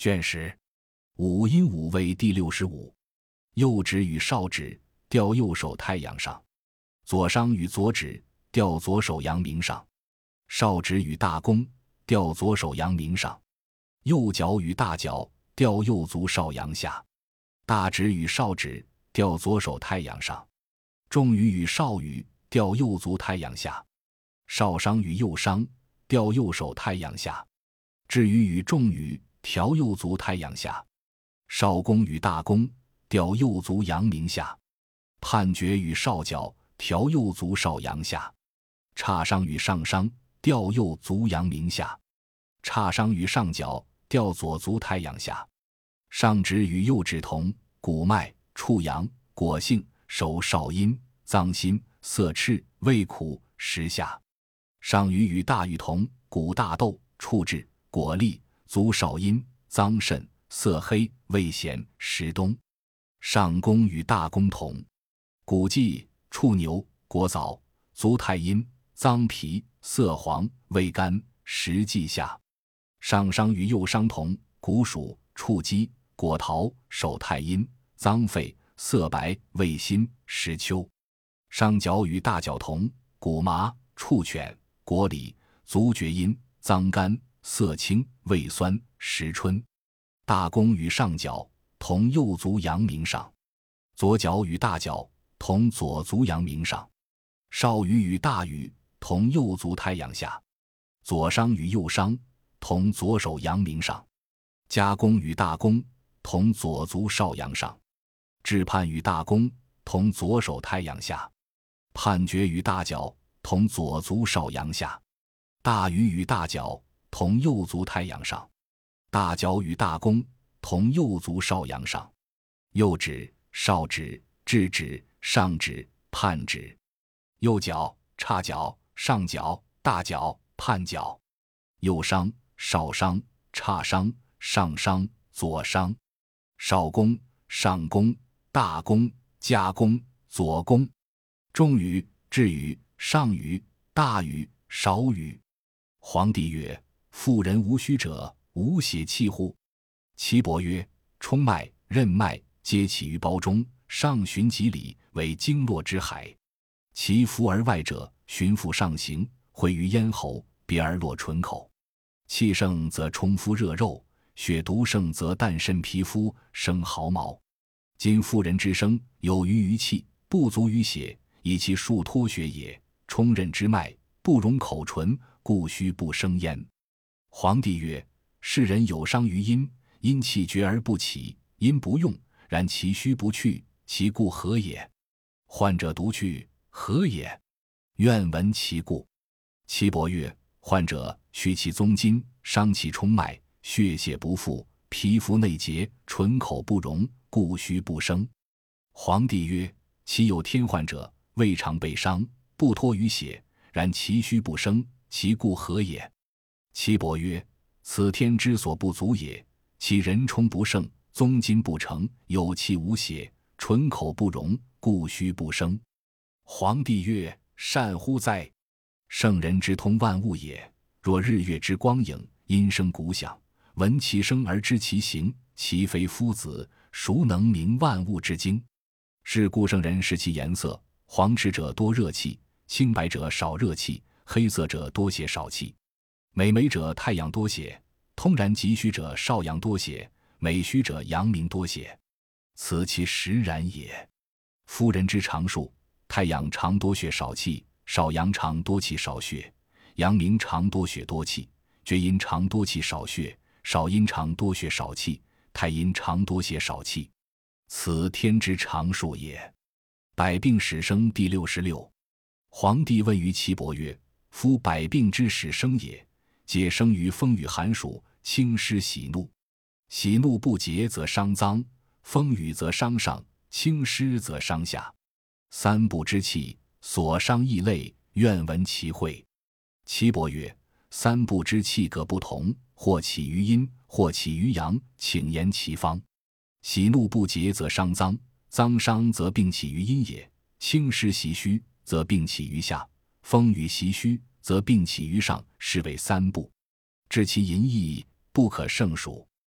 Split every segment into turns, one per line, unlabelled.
卷10五阴五位第65。右指与少指，调右手太阳上；左商与左指，调左手阳明上；少指与大弓，调左手阳明上；右脚与大脚，调右足少阳下；大指与少指，调左手太阳上；仲羽与少羽，调右足太阳下；少商与右商，调右手太阳下；至羽与仲羽，调右足太阳下；少弓与大弓，调右足阳明下；判决与少角，调右足少阳下；差商与上商，调右足阳明下；差商与上角，调左足太阳下；上指与右指同，骨脉、触阳、果性、手少阴、脏心、色赤、胃苦、食下；上羽与大羽同，骨大窦、触质、果粒、足少阴、脏肾、色黑、胃咸、食冬；上弓与大弓同，骨际、触牛、果枣、足太阴、脏脾、色黄、胃肝、食季下；上商与右商同，骨属、触鸡、果桃、手太阴、脏肺、色白、胃辛、食秋；上角与大角同，骨麻、触犬、果李、足厥阴、脏肝、色青、胃酸、食春；大弓与上角同右足阳明上；左脚与大脚同左足阳明上；少羽与大羽同右足太阳下；左商与右商同左手阳明上；夹弓与大弓同左足少阳上；至判与大弓同左手太阳下；判决与大角同左足少阳下；大羽与大角同右足太阳上；大角与大弓同右足少阳上；右指、少指、至指、上指、判指；右脚、差脚、上脚、大脚、判脚；右商、少商、差商、上商、左商；少弓、上弓、大弓、夹弓、左弓；仲羽、至羽、上羽、大羽、少羽。皇帝曰：妇人无虚者，无血气乎？岐伯曰：冲脉、任脉皆起于胞中，上循其里，为经络之海。其浮而外者，循复上行，会于咽喉，别而落唇口。气盛则冲肤热肉，血毒盛则淡渗皮肤，生毫毛。今妇人之生，有余于气，不足于血，以其数脱血也。冲任之脉，不容口唇，故须不生焉。皇帝曰：世人有伤于阴，阴气绝而不起，阴不用，然其虚不去，其故何也？患者独去，何也？愿闻其故。岐伯曰：患者虚其宗筋，伤其冲脉，血泄不复，皮肤内结，唇口不容，故须不生。皇帝曰：其有天患者，胃肠被伤，不脱于血，然其虚不生，其故何也？岐伯曰：此天之所不足也。其人冲不盛，宗筋不成，有气无血，唇口不容，故须不生。皇帝曰：善乎哉！圣人之通万物也。若日月之光影，音声鼓响，闻其声而知其形，其非夫子，孰能明万物之精？是故圣人视其颜色，黄赤者多热气，青白者少热气，黑色者多血少气。美美者太阳多血，通然极虚者少阳多血，美虚者阳明多血。此其实然也。夫人之常数，太阳常多血少气，少阳常多气少血，阳明常多血多气，厥阴常多气少血，少阴常多血少气，太阴常多血少气。此天之常数也。百病始生第66。皇帝问于岐伯曰：夫百病之始生也，皆生于风雨寒暑，轻湿喜怒。喜怒不节则伤脏，风雨则伤上，轻湿则伤下。三部之气，所伤异类，愿闻其会。岐伯曰：三部之气各不同，或起于阴，或起于阳，请言其方。喜怒不节则伤脏，脏伤则病起于阴也。轻湿袭虚则病起于下，风雨袭虚则病起于上，是为三部。知其淫异，不可胜数。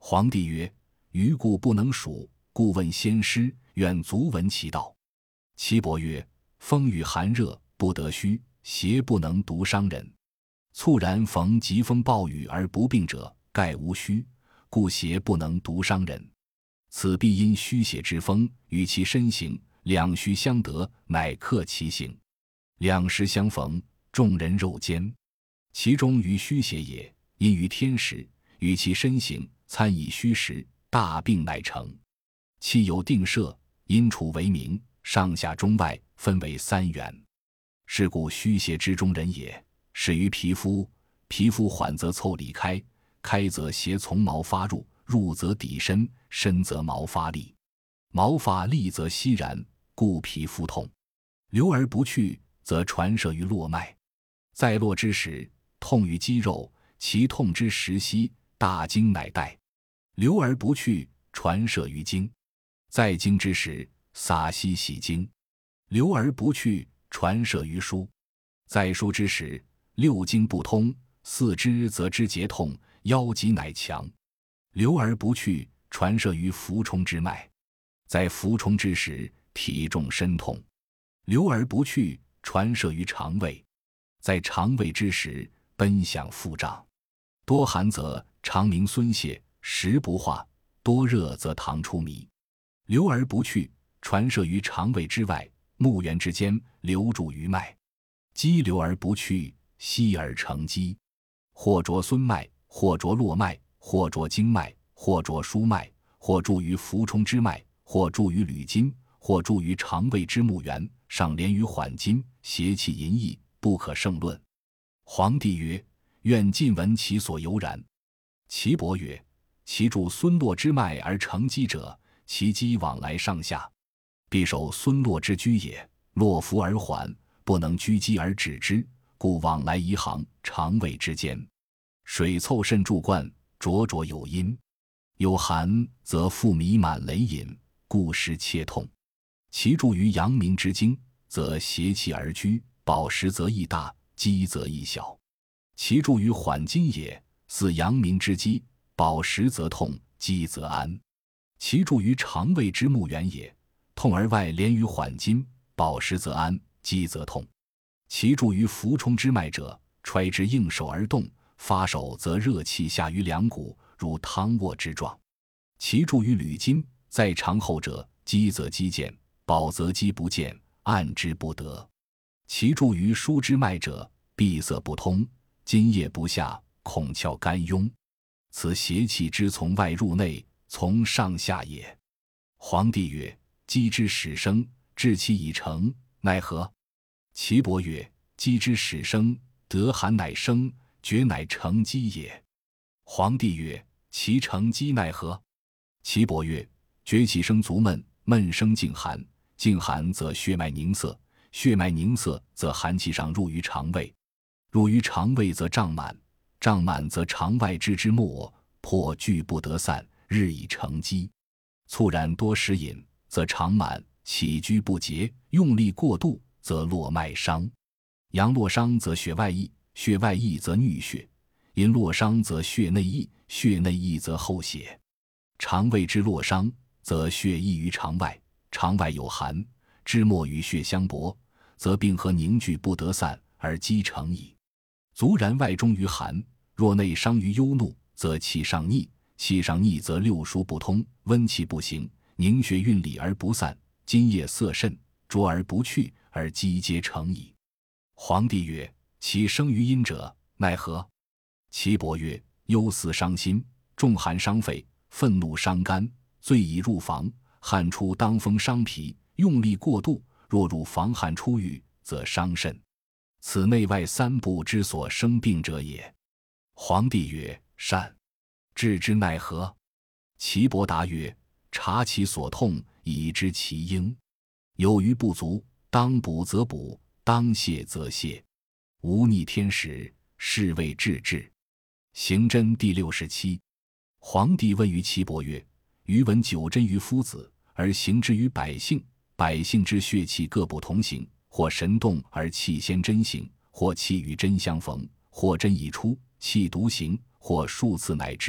皇帝曰：余故不能数，故问先师，愿足闻其道。岐伯曰：风雨寒热，不得虚，邪不能独伤人。猝然逢疾风暴雨而不病者，盖无虚，故邪不能独伤人。此必因虚邪之风与其身形，两虚相得，乃克其形。两时相逢，众人肉坚。其中于虚邪也，因于天时，与其身形，参以虚实，大病乃成。气有定摄，阴处为名，上下中外分为三元。是故虚邪之中人也。始于皮肤，皮肤缓则凑里开，开则邪从毛发入，入则底深，深则毛发立。毛发立则息然，故皮肤痛。流而不去，则传射于络脉。在络之时，痛于肌肉，其痛之时息，大经乃带。流而不去，传射于经。在经之时，洒息洗经。流而不去，传射于枢。在枢之时，六经不通，四肢则肢节痛，腰脊乃强。流而不去，传射于浮冲之脉。在浮冲之时，体重身痛。流而不去，传射于肠胃。在肠胃之时，奔向腹胀。多寒则肠鸣孙泄，食不化；多热则糖出糜。流而不去，传射于肠胃之外，目缘之间，流注于脉。积流而不去，息而成积。或着孙脉，或着络脉，或着经脉，或着枢脉，或注于浮冲之脉，或注于履筋，或注于肠胃之目缘，上连于缓筋，邪气淫逸，不可胜论。皇帝曰：愿尽闻其所由然。岐伯曰：其注孙络之脉而成积者，其积往来上下，必守孙络之居也。络浮而缓，不能居积而止之，故往来一行，肠胃之间。水凑肾注灌，灼灼有阴。有寒则腹弥满羸隐，故食切痛。其注于阳明之经，则邪气而居，饱食则益大，积则益小。其注于缓筋也，似阳明之积，饱食则痛，积则安。其注于肠胃之目缘也，痛而外连于缓筋，饱食则安，积则痛。其注于浮冲之脉者，揣之应手而动，发手则热气下于两骨，如汤卧之状。其注于履筋，在肠后者，积则肌见，饱则肌不见，按之不得。其注于枢之脉者，闭塞不通，津液不下，孔窍干壅。此邪气之从外入内，从上下也。皇帝曰：积之始生，至其已成，奈何？岐伯曰：积之始生，得寒乃生，厥乃成积也。皇帝曰：其成积奈何？岐伯曰：厥气生足闷，闷生静寒，静寒则血脉凝涩，血脉凝涩则寒气上入于肠胃，入于肠胃则胀满，胀满则肠外之之末破聚不得散，日以成积。猝然多食饮，则肠满，起居不节，用力过度，则络脉伤。阳络伤则血外溢，血外溢则衄血，因络伤则血内溢，血内溢则后血。肠胃之络伤，则血溢于肠外，肠外有寒，之末与血相搏，则并合凝聚不得散，而积成矣。足然外中于寒，若内伤于忧怒，则气上逆，气上逆则六枢不通，温气不行，凝血运理而不散，津液塞肾，浊而不去，而积皆成矣。皇帝曰：其生于阴者，奈何？岐伯曰：忧思伤心，重寒伤肺，愤怒伤肝，醉已入房，汗出当风伤脾，用力过度，若入房汗出郁，则伤肾。此内外三部之所生病者也。皇帝曰：善。治之奈何？岐伯答曰：察其所痛，以知其应。有余不足，当补则补，当泻则泻。无逆天时，是谓治治。行真第67。皇帝问于岐伯曰：余闻九真于夫子，而行之于百姓，百姓之血气各不同行，或神动而气先真行，或气与真相逢，或真已出，气独行，或数次乃知，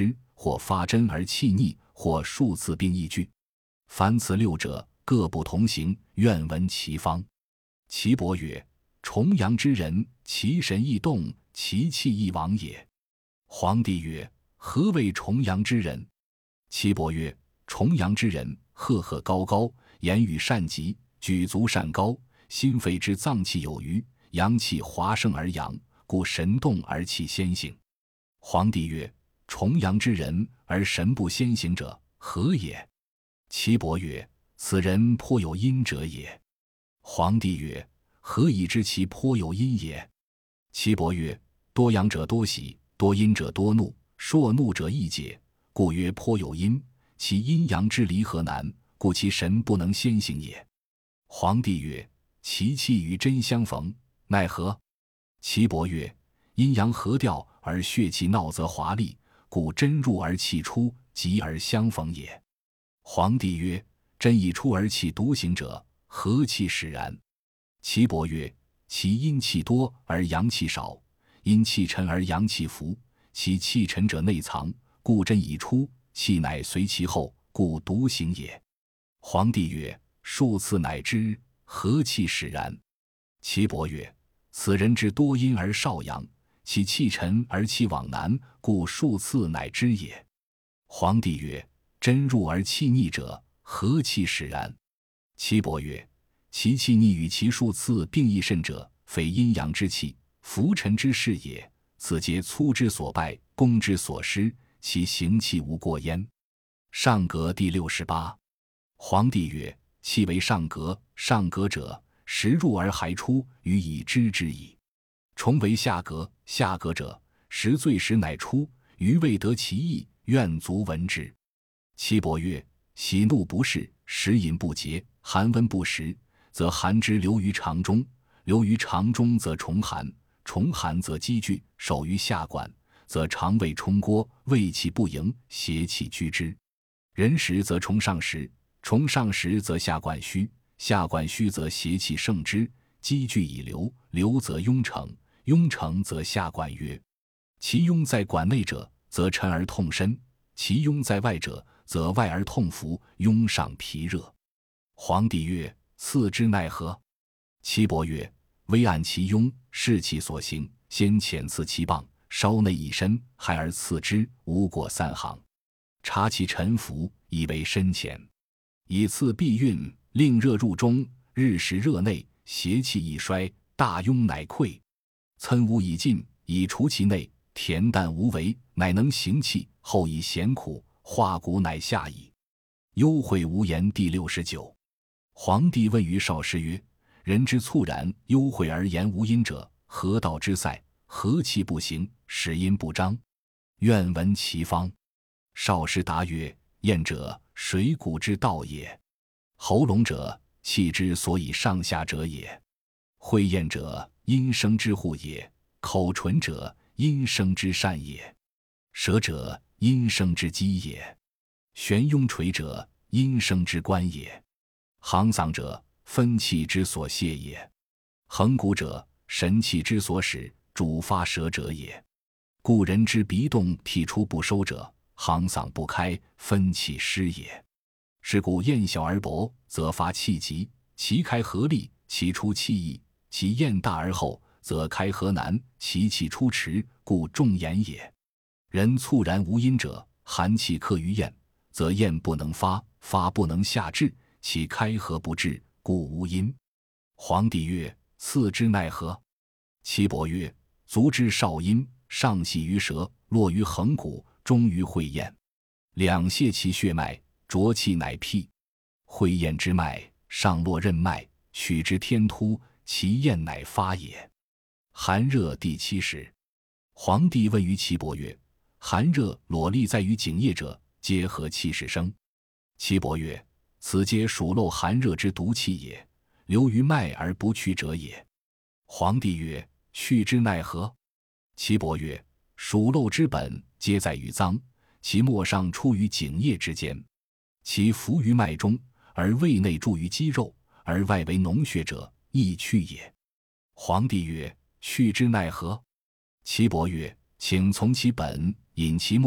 或发真而气逆，或数次并异句。凡此六者，各不同形，愿闻其方。岐伯曰：重阳之人，其神易动，其气易亡也。皇帝曰：何谓重阳之人？岐伯曰：重阳之人，赫赫高高，言语善极，举足善高，心肺之脏气有余，阳气华盛而阳，故神动而气先行。皇帝曰：重阳之人而神不先行者，何也？岐伯曰：此人颇有阴者也。皇帝曰：何以知其颇有阴也？岐伯曰：多阳者多喜，多阴者多怒，朔怒者易解，故曰颇有阴。其阴阳之离合难，故其神不能先行也。皇帝曰：其气与真相逢，奈何？岐伯曰：阴阳合调而血气闹则华丽，故真入而气出，急而相逢也。皇帝曰：真已出而气独行者，何气使然？岐伯曰：其阴气多而阳气少，阴气沉而阳气浮，其气沉者内藏，故真已出，气乃随其后，故独行也。皇帝曰：数次乃知，何气使然？岐伯曰：此人之多阴而少阳，其气沉而气往南，故数次乃知也。皇帝曰：真入而气逆者，何气使然？岐伯曰：其气逆与其数次并异甚者，非阴阳之气，浮沉之势也。此皆粗之所败，攻之所失，其行气无过焉。上格第68。皇帝曰：气为上格，上格者，时入而还出，予以知之矣。重为下格，下格者，时醉时乃出，余未得其意，愿足闻之。岐伯曰：喜怒不适，食饮不节，寒温不时，则寒之流于肠中，流于肠中则重寒，重寒则积聚，守于下管，则肠胃冲郭，胃气不盈，邪气居之。人食则重上食，重上食则下管虚，下管虚则邪气盛之，积聚以流，流则壅成，壅成则下管约。其壅在管内者，则沉而痛身；其壅在外者，则外而痛服，壅上疲热。皇帝曰：次之奈何？岐伯曰：微按其壅，视其所行，先浅刺其棒，稍内一深，害而刺之，无过3行。察其沉浮，以为深浅，以次避运，令热入中，日时热内，邪气已衰，大壅乃溃。参污已尽，以除其内，恬淡无为，乃能行气，后以咸苦，化骨乃下矣。幽会无言第69。皇帝问于少师曰：人之猝然幽会而言无阴者，何道之塞？何气不行，使阴不张？愿闻其方。少师答曰：咽者，水谷之道也；喉咙者，气之所以上下者也；会咽者，阴生之户也；口唇者，阴生之善也；舌者，阴生之机也；悬雍垂者，阴生之官也；行嗓者，分气之所泄也；横骨者，神气之所使，主发舌者也。故人之鼻动涕出不收者，行嗓不开，分气失也。是故咽小而薄，则发气急；其开合利，其出气易；其咽大而厚，则开合难，其气出迟，故重言也。人猝然无阴者，寒气克于咽，则咽不能发，发不能下至，其开合不至，故无阴。皇帝曰：次之奈何？岐伯曰：足之少阴，上系于舌，落于横骨，终于会咽，两泄其血脉，浊气乃辟。会咽之脉，上络任脉，取之天突，其咽乃发也。寒热第70。皇帝问于岐伯曰：寒热裸立在于井液者，皆何气使生？岐伯曰：此皆属漏寒热之毒气也，流于脉而不去者也。皇帝曰：去之奈何？岐伯曰：属漏之本，皆在于脏，其末上出于井液之间，其浮于脉中，而胃内注于肌肉，而外为脓血者，亦去也。皇帝曰：去之奈何？岐伯曰：请从其本，引其末，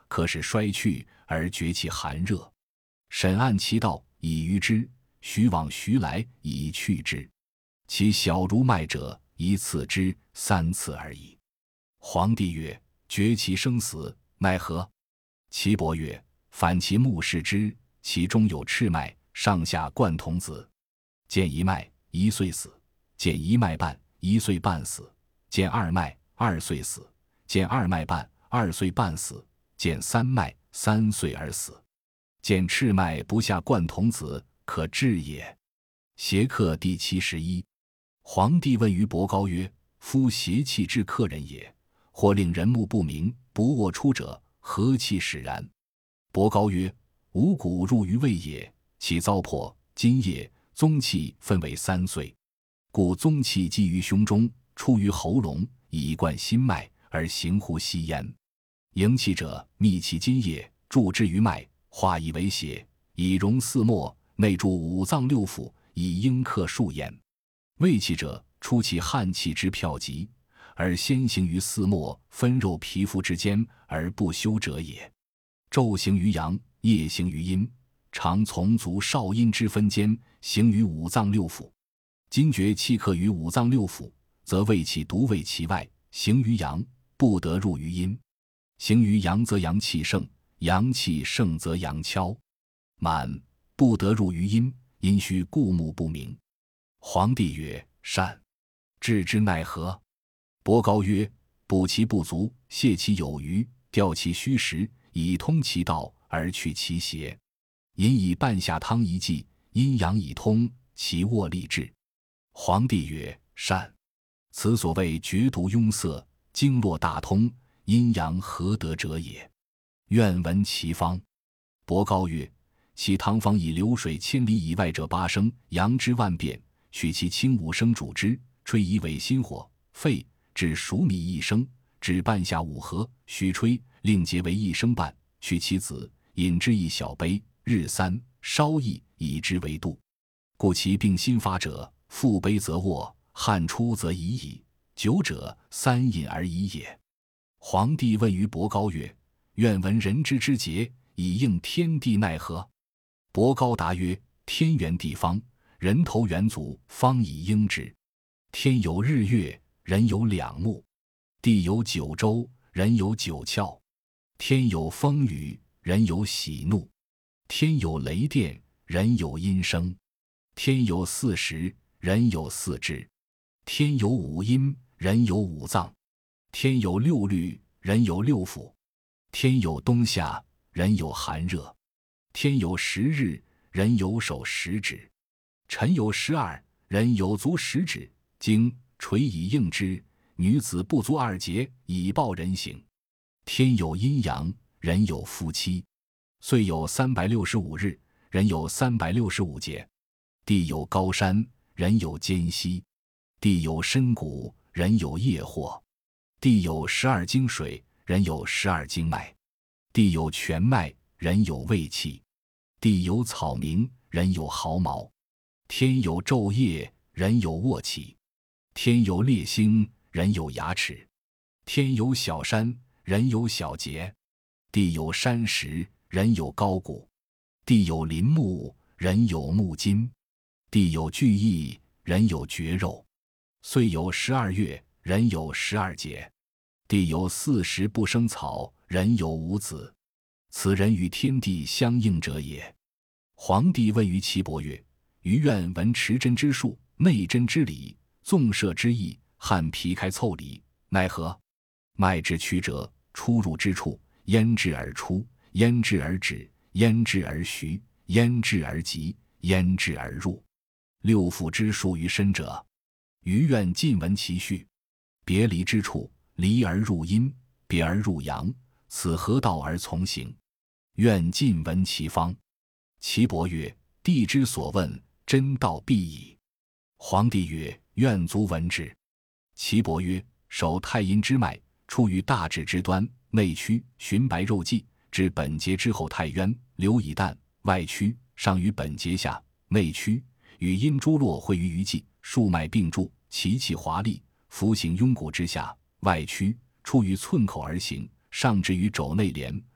可使衰去而绝其寒热。审按其道，以愚之；徐往徐来，以去之。其小如麦者，一次之，3次而已。皇帝曰：决其生死，奈何？岐伯曰：反其目视之，其中有赤脉，上下贯童子。见一脉，1岁死；见一脉半，1岁半死；见二脉，2岁死；见二脉半，2岁半死；见三脉，3岁而死。见赤脉不下贯童子，可治也。邪客第71。皇帝问于伯高曰：夫邪气之客人也，或令人目不明，不卧出者，何气使然？伯高曰：五谷入于胃也，其糟粕、津液、宗气分为3岁，故宗气积于胸中，出于喉咙，以贯心脉，而行乎息焉。营气者，密其津液，注之于脉，化以为血，以溶四末，内注5脏6腑，以应克数焉。胃气者，出其汗气之票极，而先行于四末，分肉皮肤之间，而不休者也。昼行于阳，夜行于阴，常从足少阴之分间，行于5脏6腑。今厥气克于5脏6腑，则胃气独为其外，行于阳，不得入于阴。行于阳则阳气盛，阳气盛则阳悄满，不得入于阴，阴虚故目不明。皇帝曰：善。治之奈何？伯高曰：补其不足，泻其有余，调其虚实，以通其道，而去其邪。饮以半夏汤一剂，阴阳以通，其卧立志。皇帝曰：善。此所谓绝毒壅塞，经络大通，阴阳合得者也。愿闻其方。伯高曰：其汤方以流水千里以外者8升，阳之万变，取其清5升煮之，吹以尾心火，沸，至熟米1升，至半夏5合，须吹，令结为1升半，去其子，饮之1小杯，日3，稍益，以之为度。故其病心发者，腹悲则卧，汗出则已矣，久者3饮而已也。皇帝问于伯高曰：愿闻人之之节，以应天地奈何？伯高答曰：天圆地方，人头圆足，方以应之。天有日月，人有2目；地有9州，人有9窍。天有风雨，人有喜怒；天有雷电，人有阴声；天有4时，人有4志；天有5阴，人有5脏；天有6律，人有6腑；天有冬夏，人有寒热；天有10日，人有手10指；辰有12，人有足10指。经垂以应之，女子不足2节，以报人形。天有阴阳，人有夫妻；岁有365日，人有365节。地有高山，人有间隙；地有深谷，人有业惑；地有12经水，人有12经脉；地有泉脉，人有胃气；地有草鸣，人有毫毛；天有昼夜，人有卧起；天有列星，人有牙齿；天有小山，人有小节；地有山石，人有高骨；地有林木，人有木筋；地有巨翼，人有绝肉；岁有12月，人有12节；地有40不生草，人有5子。此人与天地相应者也。皇帝问于岐伯曰：余愿闻持针之术，内针之理，纵射之意，撼皮开凑理，奈何？脉之曲折，出入之处，焉至而出，焉至而止，焉至而徐，焉至而急，焉至而入。6腑之术于身者，余愿尽闻其序。别离之处，离而入阴，别而入阳，此何道而从行？愿尽闻其方。岐伯曰：帝之所问，真道必矣。皇帝曰：愿足闻之。岐伯曰：手太阴之脉，出于大指之端，内曲，循白肉际，至本节之后太渊，流以淡；外曲，上于本节下，内曲，与阴诸络会于鱼际，数脉并注，其气华丽，浮行庸骨之下；外曲，出于寸口而行，上至于肘内连，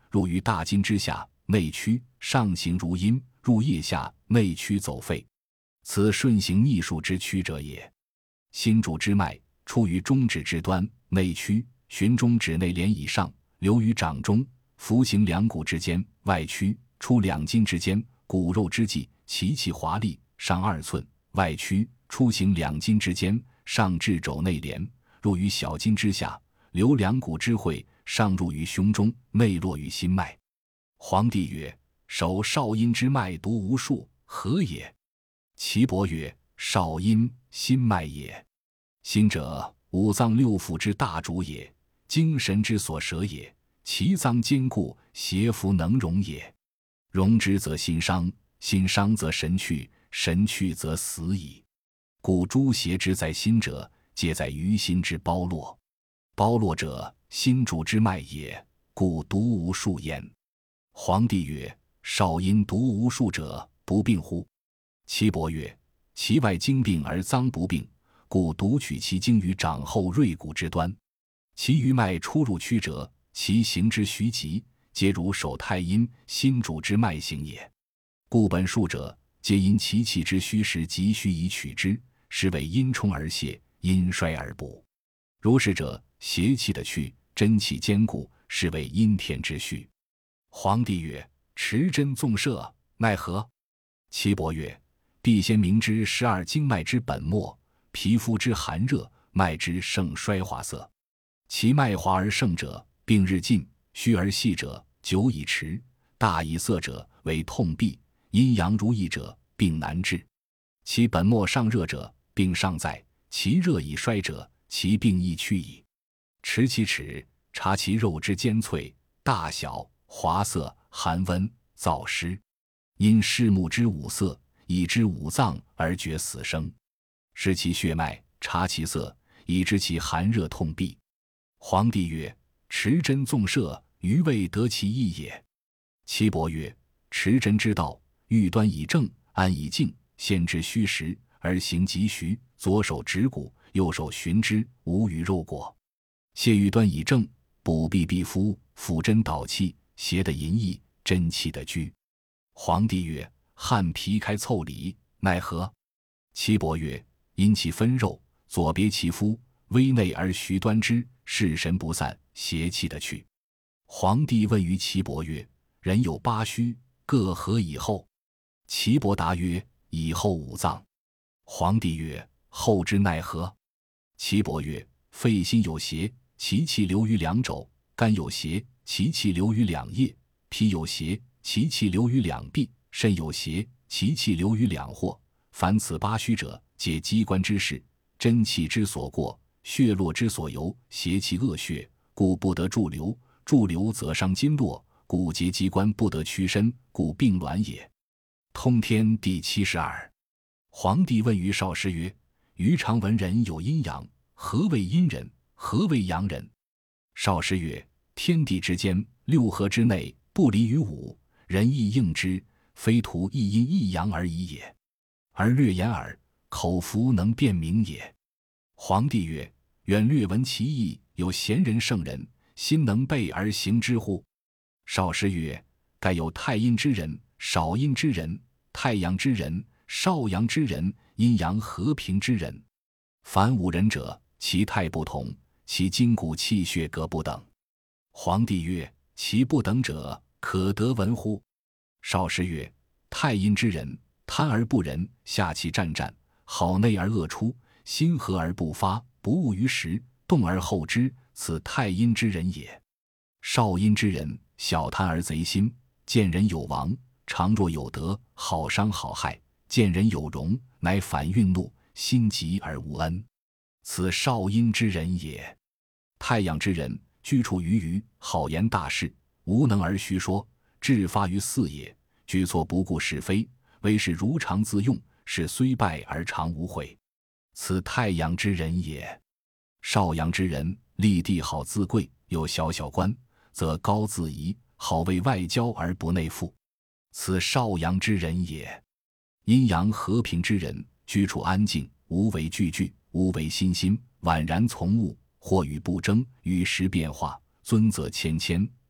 入于大筋之下，内曲，上行如阴，入腋下，内曲走肺，此顺行逆数之曲者也。心主之脉，出于中指之端，内曲，循中指内廉以上，流于掌中，浮行两骨之间，外曲，出两筋之间，骨肉之际，其气华丽，上2寸，外曲，出行两筋之间，上至肘内廉，入于小筋之下，流两骨之会，上入于胸中，内落于心脉。皇帝曰：手少阴之脉独无数，何也？岐伯曰：少阴，心脉也。心者，五脏六腑之大主也，精神之所舍也，其脏坚固，邪服能容也。容之则心伤，心伤则神去，神去则死矣。故诸邪之在心者，皆在于心之包络。包络者，心主之脉也，故独无数焉。皇帝曰：少阴独无数者，不病乎？岐伯曰：其外经病而脏不病，故独取其经于掌后锐骨之端。其余脉出入曲折，其行之徐急，皆如手太阴、心主之脉行也。故本数者，皆因其气之虚实急需以取之，是为阴冲而泄，阴衰而补。如是者，邪气的去，真气坚固，是为阴天之序。皇帝曰：持针纵射，奈何？岐伯曰：必先明知12经脉之本末，皮肤之寒热，脉之盛衰化色。其脉滑而盛者，病日进；虚而细者，久以迟；大以涩者，为痛痹；阴阳如意者，病难治。其本末上热者，病尚在；其热已衰者，其病亦去矣。持其齿，察其肉之尖脆、大小、滑色、寒温、燥湿，因视目之五色，以知五脏而觉死生。视其血脉，察其色，以知其寒热痛痹。皇帝曰：持针纵射，余未得其意也。岐伯曰：持针之道，欲端以正，安以静，限制虚实，而行疾徐，左手指骨，右手循之，无与肉果。泻欲端以正，补必必敷，辅针导气，邪的淫逸，真气的居。皇帝曰：汗皮开腠理，奈何？岐伯曰：因其分肉，左别其肤，微内而徐端之，视神不散，邪气的去。皇帝问于岐伯曰：人有8虚，各何以后？岐伯答曰：以后5脏。皇帝曰：后之奈何？岐伯曰：肺心有邪，其气流于2肘；肝有邪，其气流于2腋；脾有邪，其气流于2臂；肾有邪，其气流于2惑。凡此8虚者，皆机关之事，真气之所过，血络之所由，邪气恶血，故不得驻留，驻留则伤经络，故结机关不得屈伸，故病挛也。通天第72。皇帝问于少师曰：余常闻人有阴阳，何谓阴人？何谓阳人？少师曰：天地之间，6合之内，不离于5，人亦应之，非图一阴一阳而已也。而略言耳，口服能辨明也。皇帝曰：远略闻其意，有贤人圣人，心能备而行之乎？少师曰：盖有太阴之人，少阴之人，太阳之人，少阳之人，阴阳和平之人。凡5人者，其态不同，其筋骨气血各不等。皇帝曰：其不等者，可得闻乎？少师曰：太阴之人，贪而不仁，下气战战，好内而恶出，心和而不发，不务于时，动而后知，此太阴之人也。少阴之人，小贪而贼心，见人有亡，常若有得，好伤好害，见人有荣，乃反愠怒，心急而无恩，此少阴之人也。太阳之人，居处于余，好言大事，无能而虚说，志发于四野，举措不顾是非，为是如常自用，是虽败而常无悔，此太阳之人也。少阳之人，立地好自贵，有小小官，则高自怡，好为外交而不内附，此少阳之人也。阴阳和平之人，居处安静，无为惧惧，无为心心，宛然从物，或与不争，与时变化，尊则谦谦，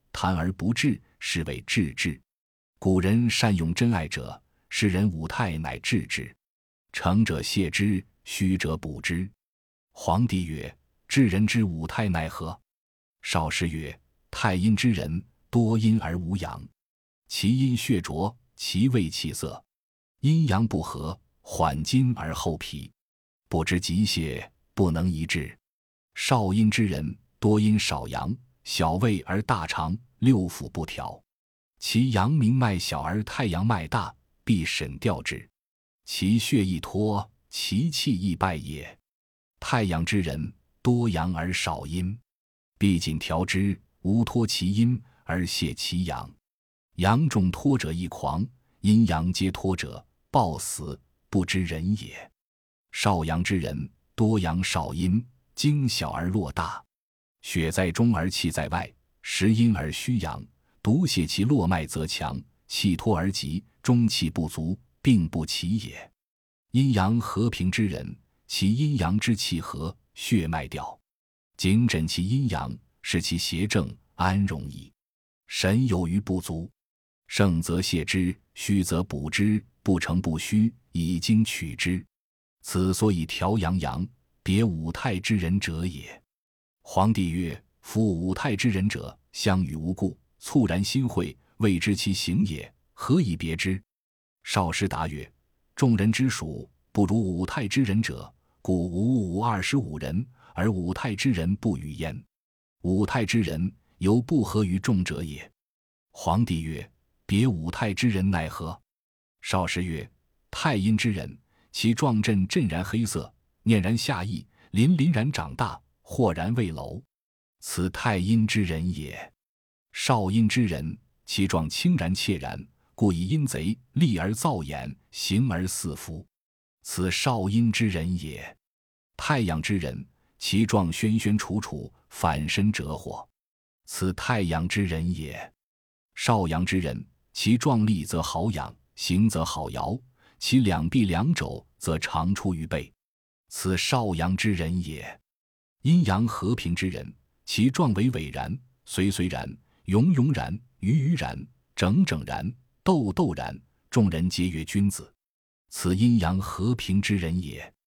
谈而不治，是谓治之。古人善用真爱者，是人五态乃治之。成者泻之，虚者补之。皇帝曰：治人之五态奈何？少师曰：太阴之人，多阴而无阳，其阴血浊，其胃气涩，阴阳不和，缓筋而后疲，不知急泄，不能移治。少阴之人，多阴少阳，小胃而大肠，六腑不调，其阳明脉小而太阳脉大，必审调之，其血易脱，其气易败也。太阳之人，多阳而少阴，必尽调之，无脱其阴而泄其阳。阳重脱者易狂，阴阳皆脱者暴死，不知人也。少阳之人，多阳少阴，精小而络大，血在中而气在外，实阴而虚阳，独泄其络脉则强，气脱而急，中气不足，病不起也。阴阳和平之人，其阴阳之气和，血脉调，谨诊其阴阳，使其邪正，安容矣。神有余不足，盛则泻之，虚则补之，不成不虚，以精取之。此所以调阳阳，别五态之人者也。皇帝曰：夫五态之人者，相与无故，猝然心会，未知其行也，何以别之？少师答曰：众人之属，不如五态之人者，故五25人，而五态之人不与焉。五态之人，犹不合于众者也。皇帝曰：别五态之人奈何？少师曰：太阴之人，其状振然黑色，念然下溢，鳞然长大，豁然未楼，此太阴之人也。少阴之人，其状清然切然，故以阴贼，利而造眼，形而似夫，此少阴之人也。太阳之人，其状轩楚，反身折火，此太阳之人也。少阳之人，其状立则好仰，行则好摇，其两臂两肘则长出于背，此少阳之人也。阴阳和平之人，其状为然，随然，永然，余然，整然，斗然，众人皆曰君子，此阴阳和平之人也。